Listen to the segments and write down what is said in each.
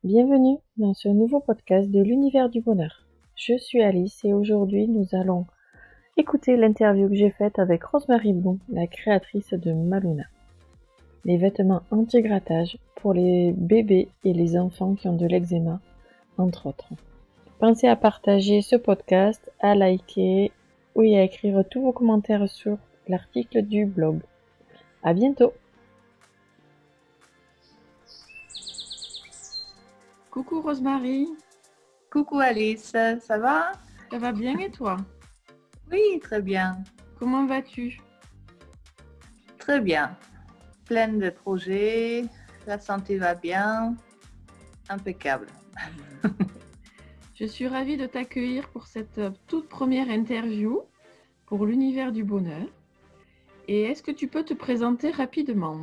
Bienvenue dans ce nouveau podcast de l'univers du bonheur. Je suis Alice et aujourd'hui nous allons écouter l'interview que j'ai faite avec Rosemary Bloom, la créatrice de Maluna. Les vêtements anti-grattage pour les bébés et les enfants qui ont de l'eczéma, entre autres. Pensez à partager ce podcast, à liker et à écrire tous vos commentaires sur l'article du blog. À bientôt! Coucou Rosemary, Coucou Alice, ça va? ça va bien et toi? Oui, très bien, Comment vas-tu? très bien. Pleine de projets, la santé va bien, impeccable. Je suis ravie de t'accueillir pour cette toute première interview pour l'univers du bonheur. Et est-ce que tu peux te présenter rapidement?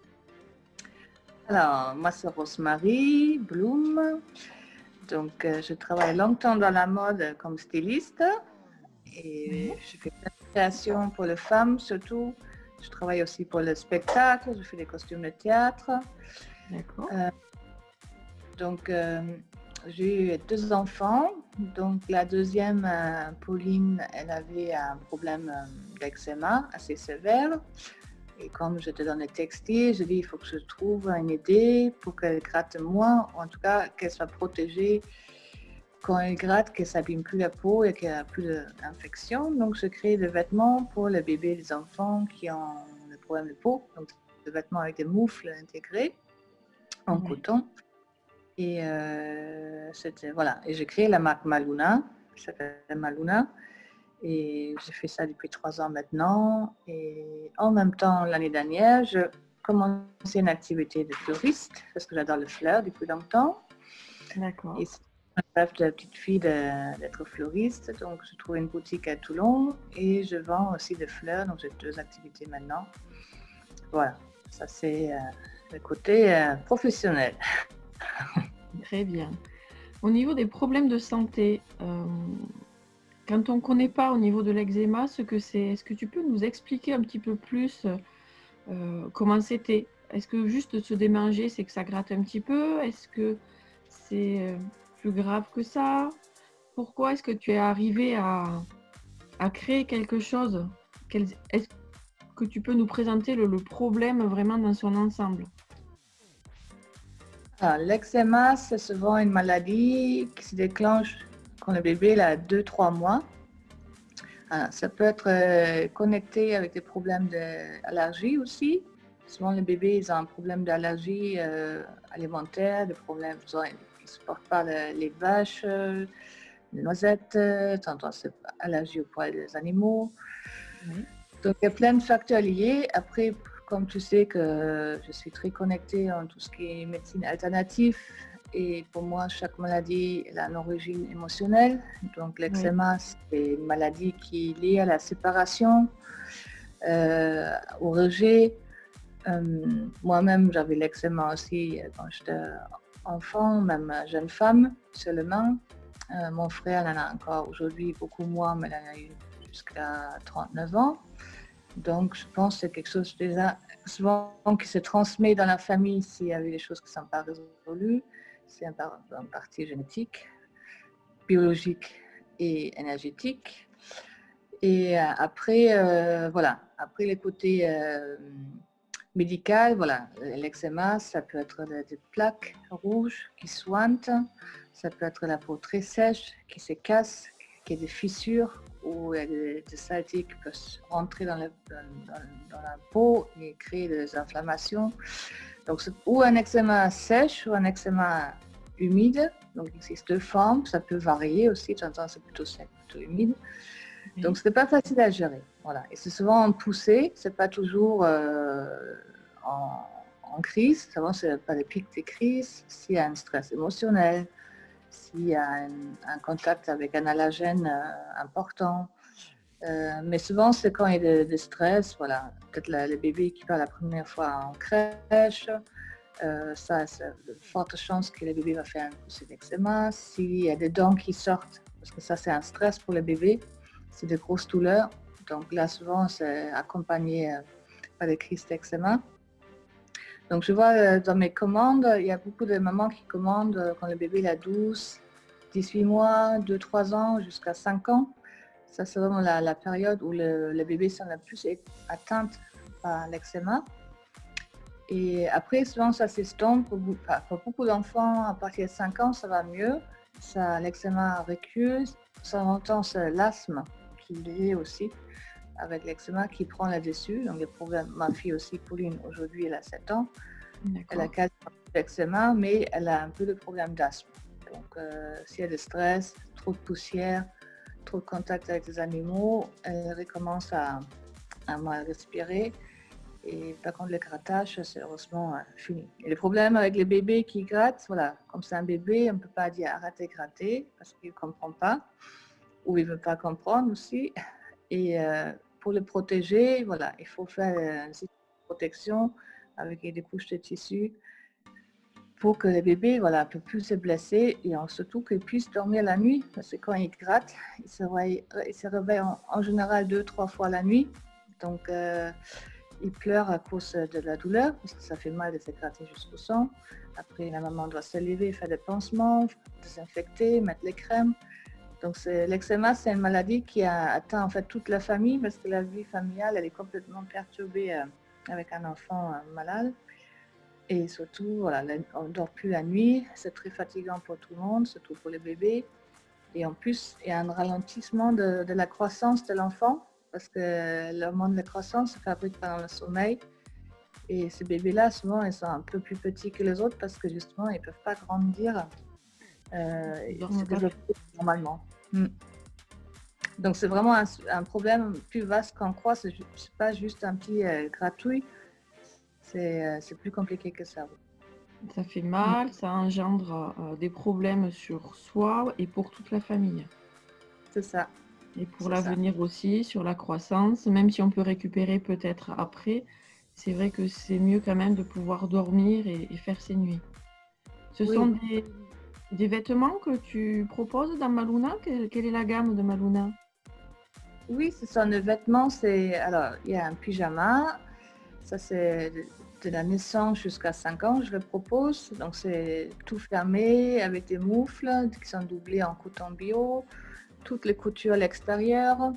Alors, moi c'est Rosemary Bloom. Donc, je travaille longtemps dans la mode comme styliste et je fais plein de créations pour les femmes surtout. Je travaille aussi pour le spectacle, je fais des costumes de théâtre. D'accord. Donc, j'ai eu 2 enfants. Donc, la deuxième, Pauline, elle avait un problème d'eczéma assez sévère. Et comme j'étais dans le textile, je dis il faut que je trouve une idée pour qu'elle gratte moins, ou en tout cas qu'elle soit protégée quand elle gratte, qu'elle ne s'abîme plus la peau et qu'il n'y a plus d'infection. Donc, je crée des vêtements pour les bébés et les enfants qui ont des problèmes de peau. Donc, des vêtements avec des moufles intégrées en coton. Et voilà. Et j'ai créé la marque Maluna, qui s'appelle Maluna. Et j'ai fait ça depuis 3 ans maintenant. Et en même temps, l'année dernière, je commençais une activité de fleuriste, parce que j'adore les fleurs depuis longtemps. D'accord. Et c'est un rêve de la petite fille d'être fleuriste. Donc, j'ai trouvé une boutique à Toulon et je vends aussi des fleurs. Donc, j'ai 2 activités maintenant. Voilà, ça c'est le côté professionnel. Très bien. Au niveau des problèmes de santé, quand on ne connaît pas au niveau de l'eczéma ce que c'est, est-ce que tu peux nous expliquer un petit peu plus comment c'était? Est-ce que juste se démanger, c'est que ça gratte un petit peu? Est-ce que c'est plus grave que ça? Pourquoi est-ce que tu es arrivé à créer quelque chose? Est-ce que tu peux nous présenter le problème vraiment dans son ensemble? L'eczéma, c'est souvent une maladie qui se déclenche quand le bébé a 2-3 mois. Ça peut être connecté avec des problèmes d'allergie aussi. Souvent, les bébés ils ont un problème d'allergie alimentaire, des problèmes, ils ne supportent pas les vaches, les noisettes, c'est allergie aux poils des animaux. Oui. Donc, il y a plein de facteurs liés. Après, comme tu sais que je suis très connectée en tout ce qui est médecine alternative, et pour moi, chaque maladie a une origine émotionnelle. Donc, l'eczéma, c'est une maladie qui est liée à la séparation, au rejet. Moi-même, j'avais l'eczéma aussi quand j'étais enfant, même jeune femme, seulement. Mon frère en a encore aujourd'hui beaucoup moins, mais il en a eu jusqu'à 39 ans. Donc, je pense que c'est quelque chose déjà souvent qui se transmet dans la famille s'il y avait des choses qui ne sont pas résolues. C'est en partie génétique, biologique et énergétique. Et après, voilà, après les côtés médical, voilà, l'eczéma, ça peut être des plaques rouges qui suintent, ça peut être la peau très sèche qui se casse, qui a des fissures ou des saletés qui peuvent rentrer dans la peau et créer des inflammations. Donc, ou un eczéma sèche ou un eczéma humide. Donc, il existe 2 formes. Ça peut varier aussi. De temps en temps, c'est plutôt sec, plutôt humide. Donc, ce n'est pas facile à gérer. Voilà. Et c'est souvent en poussée. Ce n'est pas toujours en crise. Souvent, ce n'est pas des pics de crise. S'il y a un stress émotionnel, s'il y a un contact avec un allergène important. Mais souvent, c'est quand il y a des stress, voilà. Peut-être le bébé qui part la première fois en crèche, ça, c'est de fortes chances que le bébé va faire un poussée d'eczéma. S'il y a des dents qui sortent, parce que ça, c'est un stress pour le bébé, c'est de grosses douleurs. Donc là, souvent, c'est accompagné par des crises d'eczéma. Donc je vois dans mes commandes, il y a beaucoup de mamans qui commandent quand le bébé il a 12, 18 mois, 2, 3 ans, jusqu'à 5 ans. Ça, c'est vraiment la période où le bébé s'en a plus atteinte par l'eczéma. Et après, souvent, ça s'estompe. Pour beaucoup d'enfants, à partir de 5 ans, ça va mieux. L'eczéma recule. Ça entend l'asthme qui est lié aussi avec l'eczéma qui prend là-dessus. Donc, les problèmes, ma fille aussi, Pauline, aujourd'hui, elle a 7 ans. Elle a quasiment l'eczéma, mais elle a un peu de problème d'asthme. Donc, s'il y a de stress, trop de poussière, trop de contact avec les animaux, elle recommence à mal respirer. Et par contre, le grattage, c'est heureusement fini. Et le problème avec les bébés qui grattent, voilà, comme c'est un bébé, on ne peut pas dire arrêtez de gratter parce qu'il ne comprend pas ou il ne veut pas comprendre aussi. Et pour le protéger, voilà, il faut faire une protection avec des couches de tissu pour que le bébé ne peut plus se blesser et surtout qu'il puisse dormir la nuit. Parce que quand il gratte, il se réveille en général 2-3 fois la nuit. Donc, il pleure à cause de la douleur, parce que ça fait mal de se gratter jusqu'au sang. Après, la maman doit se lever, faire des pansements, désinfecter, mettre les crèmes. Donc, l'eczéma, c'est une maladie qui a atteint en fait toute la famille, parce que la vie familiale, elle est complètement perturbée avec un enfant malade. Et surtout, voilà, on ne dort plus la nuit, c'est très fatigant pour tout le monde, surtout pour les bébés. Et en plus, il y a un ralentissement de la croissance de l'enfant, parce que l'hormone de croissance se fabrique pendant le sommeil. Et ces bébés-là, souvent, ils sont un peu plus petits que les autres parce que justement, ils ne peuvent pas grandir et se développer normalement. Donc, c'est vraiment un problème plus vaste qu'on croit. Ce n'est pas juste un petit gratouille. C'est plus compliqué que ça. Ça fait mal, ça engendre des problèmes sur soi et pour toute la famille. C'est ça. Et pour l'avenir aussi, sur la croissance, même si on peut récupérer peut-être après, c'est vrai que c'est mieux quand même de pouvoir dormir et faire ses nuits. Ce sont des vêtements que tu proposes dans Maluna? Quelle est la gamme de Maluna? Oui, ce sont des vêtements. Alors, il y a un pyjama. Ça, c'est de la naissance jusqu'à 5 ans, je le propose. Donc, c'est tout fermé avec des moufles qui sont doublées en coton bio, toutes les coutures à l'extérieur.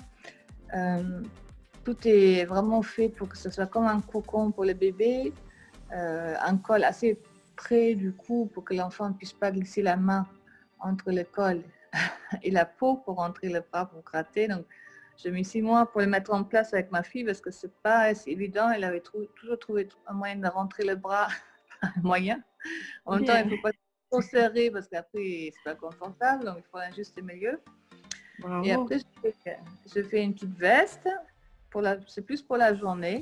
Tout est vraiment fait pour que ce soit comme un cocon pour le bébé. Un col assez près du cou pour que l'enfant ne puisse pas glisser la main entre le col et la peau pour rentrer le bras pour gratter. Donc, j'ai mis 6 mois pour le mettre en place avec ma fille parce que c'est pas assez évident. Elle avait toujours trouvé un moyen de rentrer le bras, un moyen. En même temps, il ne faut pas trop serrer parce qu'après, c'est pas confortable. Donc, il faut un juste milieu. Bravo. Et après, je fais une petite veste. C'est plus pour la journée.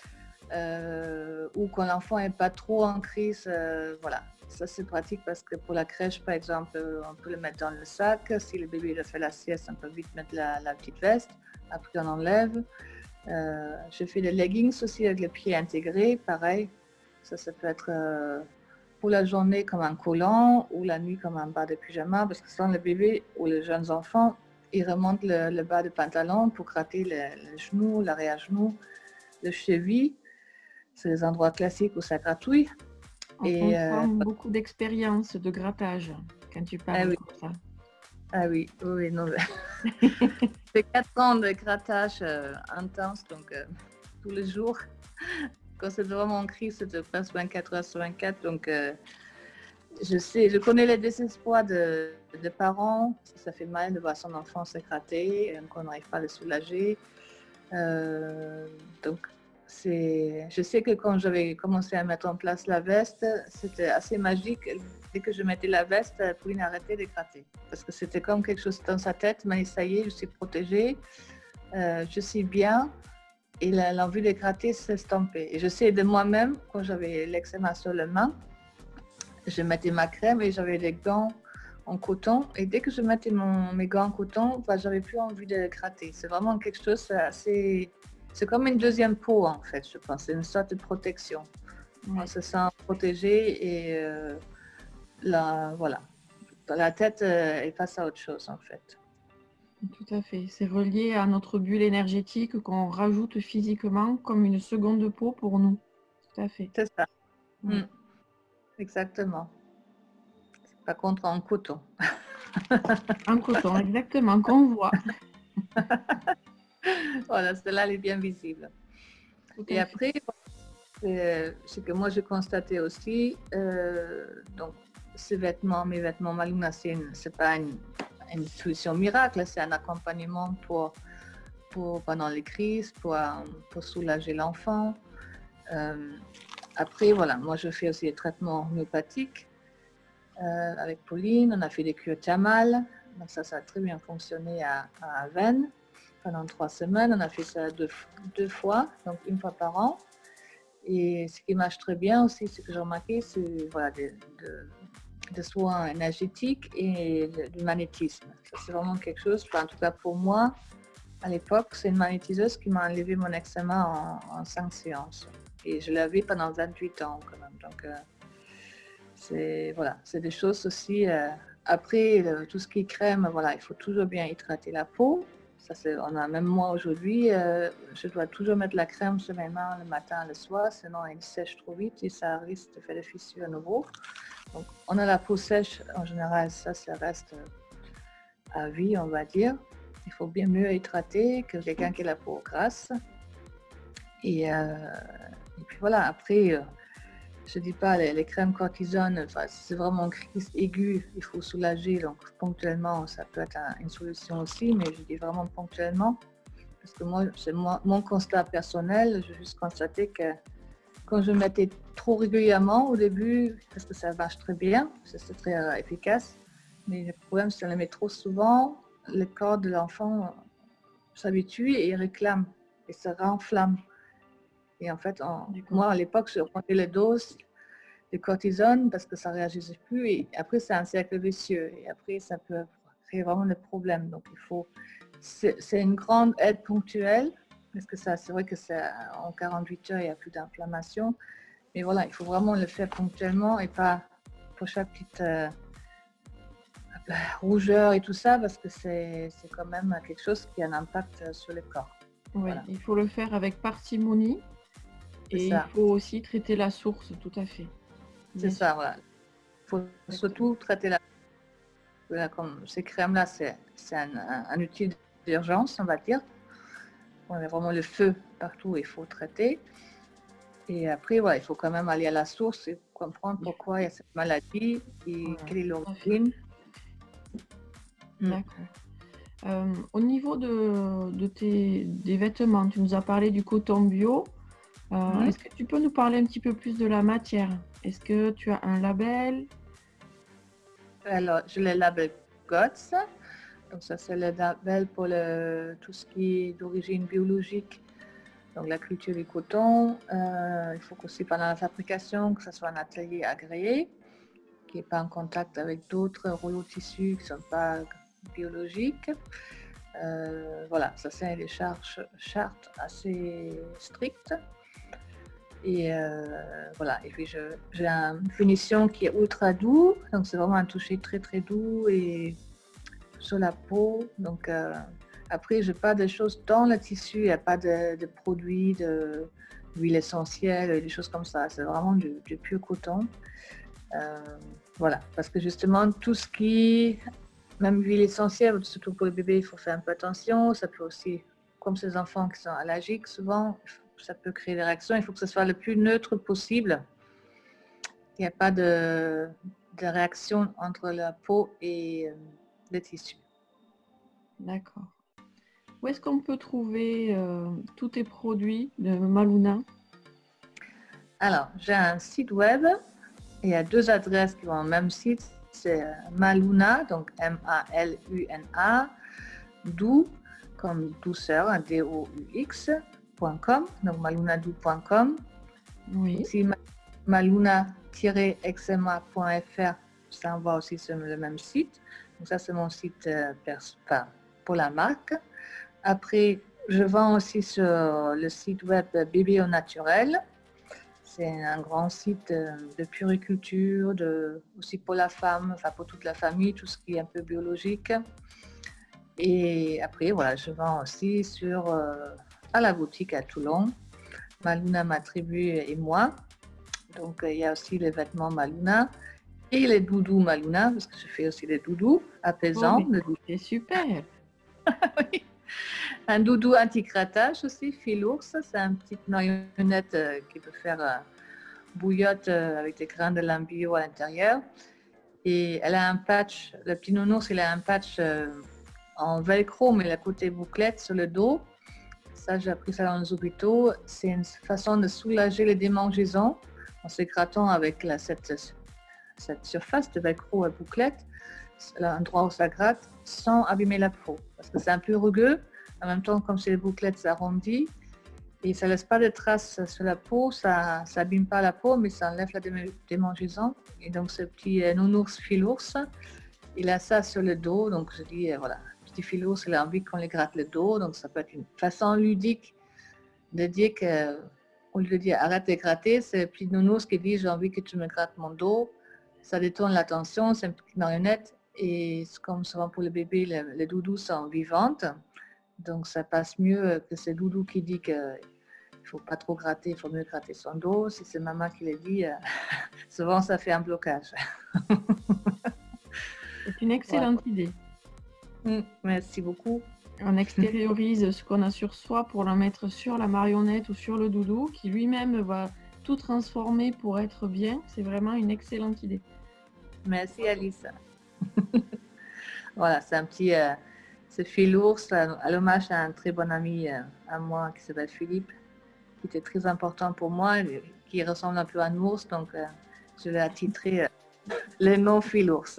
Ou quand l'enfant n'est pas trop en crise, voilà. Ça, c'est pratique parce que pour la crèche, par exemple, on peut le mettre dans le sac. Si le bébé a fait la sieste, on peut vite mettre la petite veste. Après, on enlève. Je fais des leggings aussi avec les pieds intégrés, pareil. Ça peut être pour la journée comme un collant ou la nuit comme un bas de pyjama parce que sans le bébé ou les jeunes enfants, ils remontent le bas de pantalon pour gratter les genoux, l'arrière-genou, le cheville. C'est les endroits classiques où ça gratouille. On comprend beaucoup d'expérience de grattage quand tu parles comme ça. Ah oui, non. C'est 4 ans de grattage intense, donc tous les jours. Quand c'est vraiment en crise, c'est presque 24 heures sur 24. Donc, je connais le désespoir de parents. Ça fait mal de voir son enfant se gratter, qu'on n'arrive pas à le soulager. Donc, je sais que quand j'avais commencé à mettre en place la veste, c'était assez magique. Dès que je mettais la veste, Pauline arrêtait de gratter. Parce que c'était comme quelque chose dans sa tête, mais ça y est, je suis protégée, je suis bien. Et l'envie de gratter s'estampait. Et je sais de moi-même, quand j'avais l'eczéma sur les mains, je mettais ma crème et j'avais des gants en coton. Et dès que je mettais mes gants en coton, j'avais plus envie de gratter. C'est vraiment quelque chose assez... C'est comme une deuxième peau, en fait, je pense. C'est une sorte de protection. Oui. On se sent protégé et voilà. La tête est face à autre chose, en fait. Tout à fait. C'est relié à notre bulle énergétique qu'on rajoute physiquement comme une seconde peau pour nous. Tout à fait. C'est ça. Mm. Exactement. Par contre, en coton. En coton, exactement, qu'on voit. Voilà, celle-là, elle est bien visible. Tout Et à fait. après, ce que moi j'ai constaté aussi, donc mes vêtements Maluna, c'est pas une solution miracle, c'est un accompagnement pendant les crises, pour soulager l'enfant. Après, voilà, moi je fais aussi des traitements homéopathiques avec Pauline. On a fait des cures Tchamal, donc ça a très bien fonctionné à Aven pendant 3 semaines. On a fait ça deux fois, donc une fois par an. Et ce qui marche très bien aussi, ce que j'ai remarqué, c'est voilà, des soins énergétiques et du magnétisme. Ça, c'est vraiment quelque chose, en tout cas pour moi, à l'époque, c'est une magnétiseuse qui m'a enlevé mon eczéma en 5 séances. Et je l'avais pendant 28 ans quand même. Donc, c'est des choses aussi. Après, tout ce qui est crème, voilà, il faut toujours bien hydrater la peau. Ça, même moi aujourd'hui, je dois toujours mettre la crème sur mes mains le matin et le soir, sinon elle sèche trop vite et ça risque de faire des fissures à nouveau. Donc, on a la peau sèche, en général, ça reste à vie, on va dire. Il faut bien mieux hydrater que quelqu'un qui a la peau grasse. Et puis voilà, après, je ne dis pas les crèmes cortisone, c'est vraiment une crise aiguë, il faut soulager, donc ponctuellement, ça peut être une solution aussi, mais je dis vraiment ponctuellement, parce que moi, c'est mon constat personnel, j'ai juste constaté que quand je mettais trop régulièrement au début, parce que ça marche très bien, c'est très efficace, mais le problème, c'est qu'on le met trop souvent, le corps de l'enfant s'habitue et il réclame, et ça renflamme. Et en fait, moi, à l'époque, je prenais les doses de cortisone parce que ça ne réagissait plus. Et après, c'est un cercle vicieux. Et après, ça peut créer vraiment des problèmes. Donc, c'est une grande aide ponctuelle. Parce que c'est vrai que en 48 heures, il n'y a plus d'inflammation. Mais voilà, il faut vraiment le faire ponctuellement et pas pour chaque petite rougeur et tout ça, parce que c'est quand même quelque chose qui a un impact sur le corps. Oui, voilà. Il faut le faire avec parcimonie. Et il faut aussi traiter la source, tout à fait. C'est ça, voilà. Il faut surtout traiter comme ces crèmes-là, c'est un outil d'urgence, on va dire. On a vraiment le feu partout, il faut traiter. Et après, il faut quand même aller à la source et comprendre pourquoi il y a cette maladie et quelle est l'origine. D'accord. Au niveau des vêtements, tu nous as parlé du coton bio. Est-ce que tu peux nous parler un petit peu plus de la matière? Est-ce que tu as un label? Alors, je le label GOTS. Donc ça, c'est le label pour tout ce qui est d'origine biologique. Donc la culture du coton. Il faut qu'aussi pendant la fabrication, que ce soit un atelier agréé, qui n'est pas en contact avec d'autres rouleaux de tissus qui ne sont pas biologiques. Voilà, ça c'est des chartes assez strictes. Et voilà, et puis j'ai une finition qui est ultra doux, donc c'est vraiment un toucher très très doux et sur la peau. Donc après, je n'ai pas de choses dans le tissu, il n'y a pas de produits, d'huile essentielle, des choses comme ça. C'est vraiment du pur coton. Voilà, parce que justement, tout ce qui, même l'huile essentielle, surtout pour les bébés, il faut faire un peu attention. Ça peut aussi, comme ces enfants qui sont allergiques, souvent, ça peut créer des réactions. Il faut que ce soit le plus neutre possible. Il n'y a pas de réaction entre la peau et le tissu. D'accord. Où est-ce qu'on peut trouver tous tes produits de Maluna? Alors, j'ai un site web. Il y a 2 adresses qui vont au même site. C'est Maluna, donc M-A-L-U-N-A, Doux, comme douceur, D-O-U-X.com, donc malunadou.com. Oui. Aussi maluna-eczema.fr, ça envoie aussi sur le même site. Donc ça, c'est mon site pour la marque. Après, je vends aussi sur le site web Bébé au Naturel. C'est un grand site de puriculture, aussi pour la femme, enfin pour toute la famille, tout ce qui est un peu biologique. Et après, voilà, je vends aussi à la boutique à Toulon, Maluna, ma tribu et moi. Donc, il y a aussi les vêtements Maluna et les doudous Maluna, parce que je fais aussi des doudous apaisants. C'est super. Oui. Un doudou anti-grattage aussi, fil ours, c'est une petite marionnette qui peut faire bouillotte avec des grains de lin bio à l'intérieur. Et elle a un patch, le petit nounours, il a un patch en velcro, mais le côté bouclette sur le dos. Ça, j'ai appris ça dans les hôpitaux. C'est une façon de soulager les démangeaisons en se grattant avec cette surface de velcro à bouclette, l'endroit où ça gratte, sans abîmer la peau. Parce que c'est un peu rugueux. En même temps, comme c'est les bouclettes, ça arrondit. Et ça ne laisse pas de traces sur la peau, ça n'abîme pas la peau, mais ça enlève la démangeaison. Et donc, ce petit nounours filours, il a ça sur le dos. Donc, je dis, voilà, petit filours, il a envie qu'on lui gratte le dos. Donc, ça peut être une façon ludique de dire qu'au lieu de dire arrête de gratter, c'est le petit nounours qui dit j'ai envie que tu me grattes mon dos. Ça détourne l'attention, c'est une petite marionnette. Et comme souvent pour le bébé, les doudous sont vivantes. Donc, ça passe mieux que ce doudou qui dit qu'il ne faut pas trop gratter, il faut mieux gratter son dos. Si c'est maman qui le dit, souvent ça fait un blocage. C'est une excellente idée. Merci beaucoup. On extériorise ce qu'on a sur soi pour le mettre sur la marionnette ou sur le doudou qui lui-même va tout transformer pour être bien. C'est vraiment une excellente idée. Merci Alice. Voilà, c'est un petit... ce fil ours, à l'hommage à un très bon ami à moi qui s'appelle Philippe, qui était très important pour moi, qui ressemble un peu à un ours, donc je l'ai attitré le nom fil ours.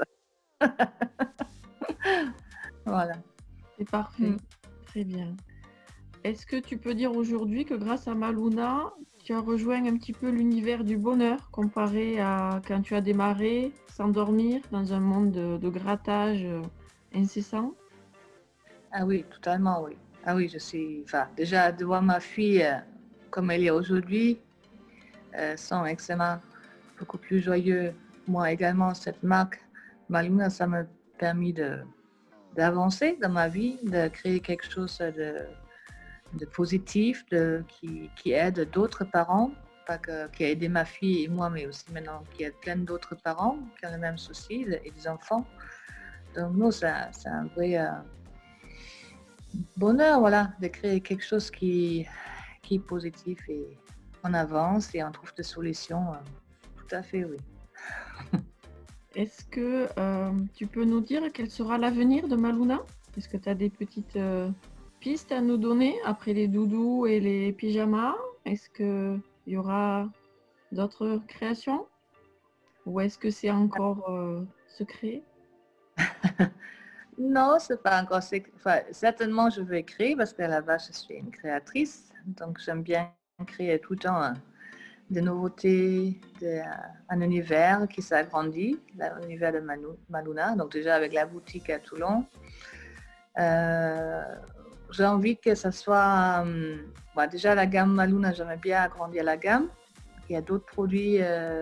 Voilà. C'est parfait, très bien. Est-ce que tu peux dire aujourd'hui que grâce à Maluna, tu as rejoint un petit peu l'univers du bonheur comparé à quand tu as démarré sans dormir dans un monde de grattage incessant? Ah oui, totalement, oui. Ah oui, déjà de voir ma fille comme elle est aujourd'hui, son eczéma beaucoup plus joyeux. Moi également, cette marque Maluna, ça m'a permis d'avancer dans ma vie, de créer quelque chose de positif, qui aide d'autres parents, pas que, qui a aidé ma fille et moi, mais aussi maintenant qui aide plein d'autres parents qui ont le même souci et des enfants. Donc nous, c'est un vrai bonheur, voilà, de créer quelque chose qui est positif et on avance et on trouve des solutions. Tout à fait, oui. Est-ce que tu peux nous dire quel sera l'avenir de Maluna? Est-ce que tu as des petites pistes à nous donner après les doudous et les pyjamas? Est-ce qu'il y aura d'autres créations? Ou est-ce que c'est encore secret? Non, c'est pas encore secret. Enfin, certainement, je vais créer parce qu'à la base, je suis une créatrice. Donc, j'aime bien créer tout le temps des nouveautés, un univers qui s'agrandit, l'univers de Maluna. Donc, déjà avec la boutique à Toulon. J'ai envie que ça soit... déjà, la gamme Maluna, j'aimerais bien agrandir la gamme. Il y a d'autres produits...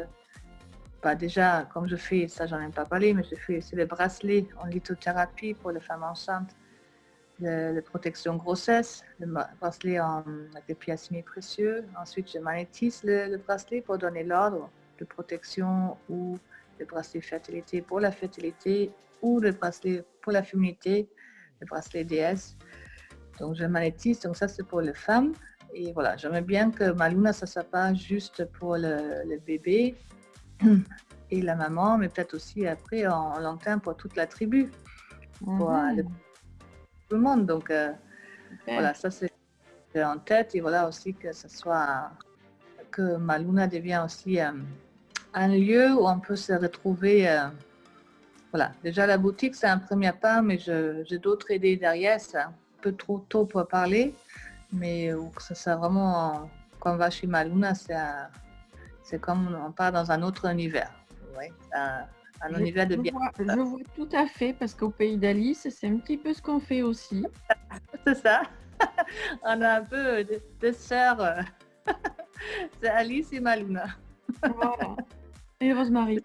déjà, comme je fais, ça j'en ai pas parlé, mais je fais aussi les bracelets en lithothérapie pour les femmes enceintes, de protection grossesse, le bracelet avec des pièces semi-précieux. Ensuite, je magnétise le bracelet pour donner l'ordre de protection ou le bracelet fertilité pour la fertilité ou le bracelet pour la féminité, le bracelet déesse. Donc, je magnétise, donc ça c'est pour les femmes. Et voilà, j'aimerais bien que Maluna, ça ne soit pas juste pour le bébé et la maman, mais peut-être aussi après en long terme pour toute la tribu, pour tout le monde. Donc voilà, ça c'est en tête et voilà aussi que ce soit que Maluna devient aussi un lieu où on peut se retrouver. Voilà, déjà la boutique c'est un premier pas, mais j'ai d'autres idées derrière, c'est un peu trop tôt pour parler, mais que ça soit vraiment quand on va chez Maluna, c'est comme on part dans un autre univers. Ouais, un univers de bien. Je vois tout à fait, parce qu'au pays d'Alice, c'est un petit peu ce qu'on fait aussi. C'est ça. On a un peu des sœurs. C'est Alice et Maluna. Voilà. Et Rosemary.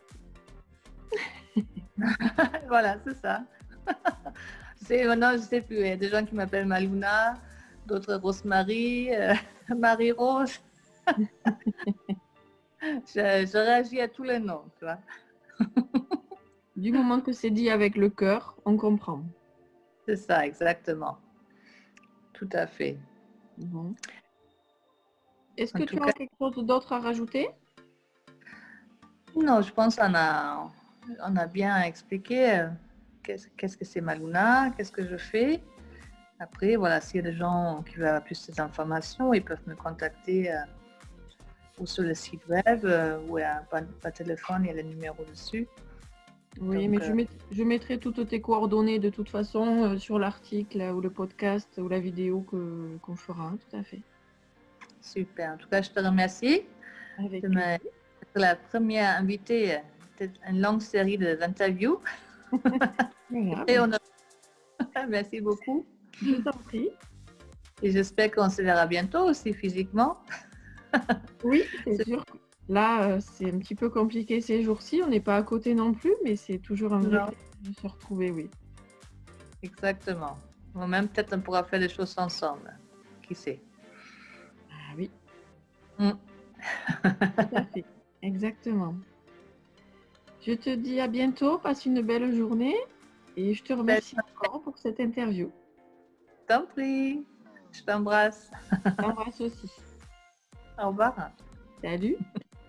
Voilà, c'est ça. Maintenant, je ne sais plus. Il y a des gens qui m'appellent Maluna, d'autres Rosemary, Marie-Rose. Je réagis à tous les noms, tu vois. Du moment que c'est dit avec le cœur, on comprend. C'est ça, exactement. Tout à fait. Bon. Est-ce En que tout tu as cas, quelque chose d'autre à rajouter? non, je pense on a bien expliqué qu'est-ce que c'est Maluna, qu'est-ce que je fais. Après, voilà, s'il y a des gens qui veulent plus d'informations, ils peuvent me contacter ou sur le site web ou par téléphone, il y a le numéro dessus. Oui, Donc, mais je mettrai toutes tes coordonnées de toute façon sur l'article ou le podcast ou la vidéo qu'on fera, tout à fait. super. En tout cas, je te remercie Avec de plaisir. m'être la première invitée de une longue série d'interviews. Voilà, Et merci beaucoup. je t'en prie. Et j'espère qu'on se verra bientôt aussi physiquement. Oui, c'est sûr. Là, c'est un petit peu compliqué ces jours-ci. On n'est pas à côté non plus, mais c'est toujours un vrai Non. plaisir de se retrouver, oui. Exactement. Ou même peut-être on pourra faire des choses ensemble. Qui sait? Ah oui, Mm. tout à fait. Exactement. Je te dis à bientôt. Passe une belle journée et je te remercie encore pour cette interview. T'en prie. Je t'embrasse. Je t'embrasse aussi. Au revoir. Salut.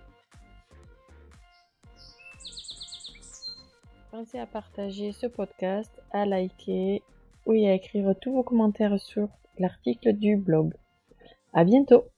Pensez à partager ce podcast, à liker ou à écrire tous vos commentaires sur l'article du blog. À bientôt!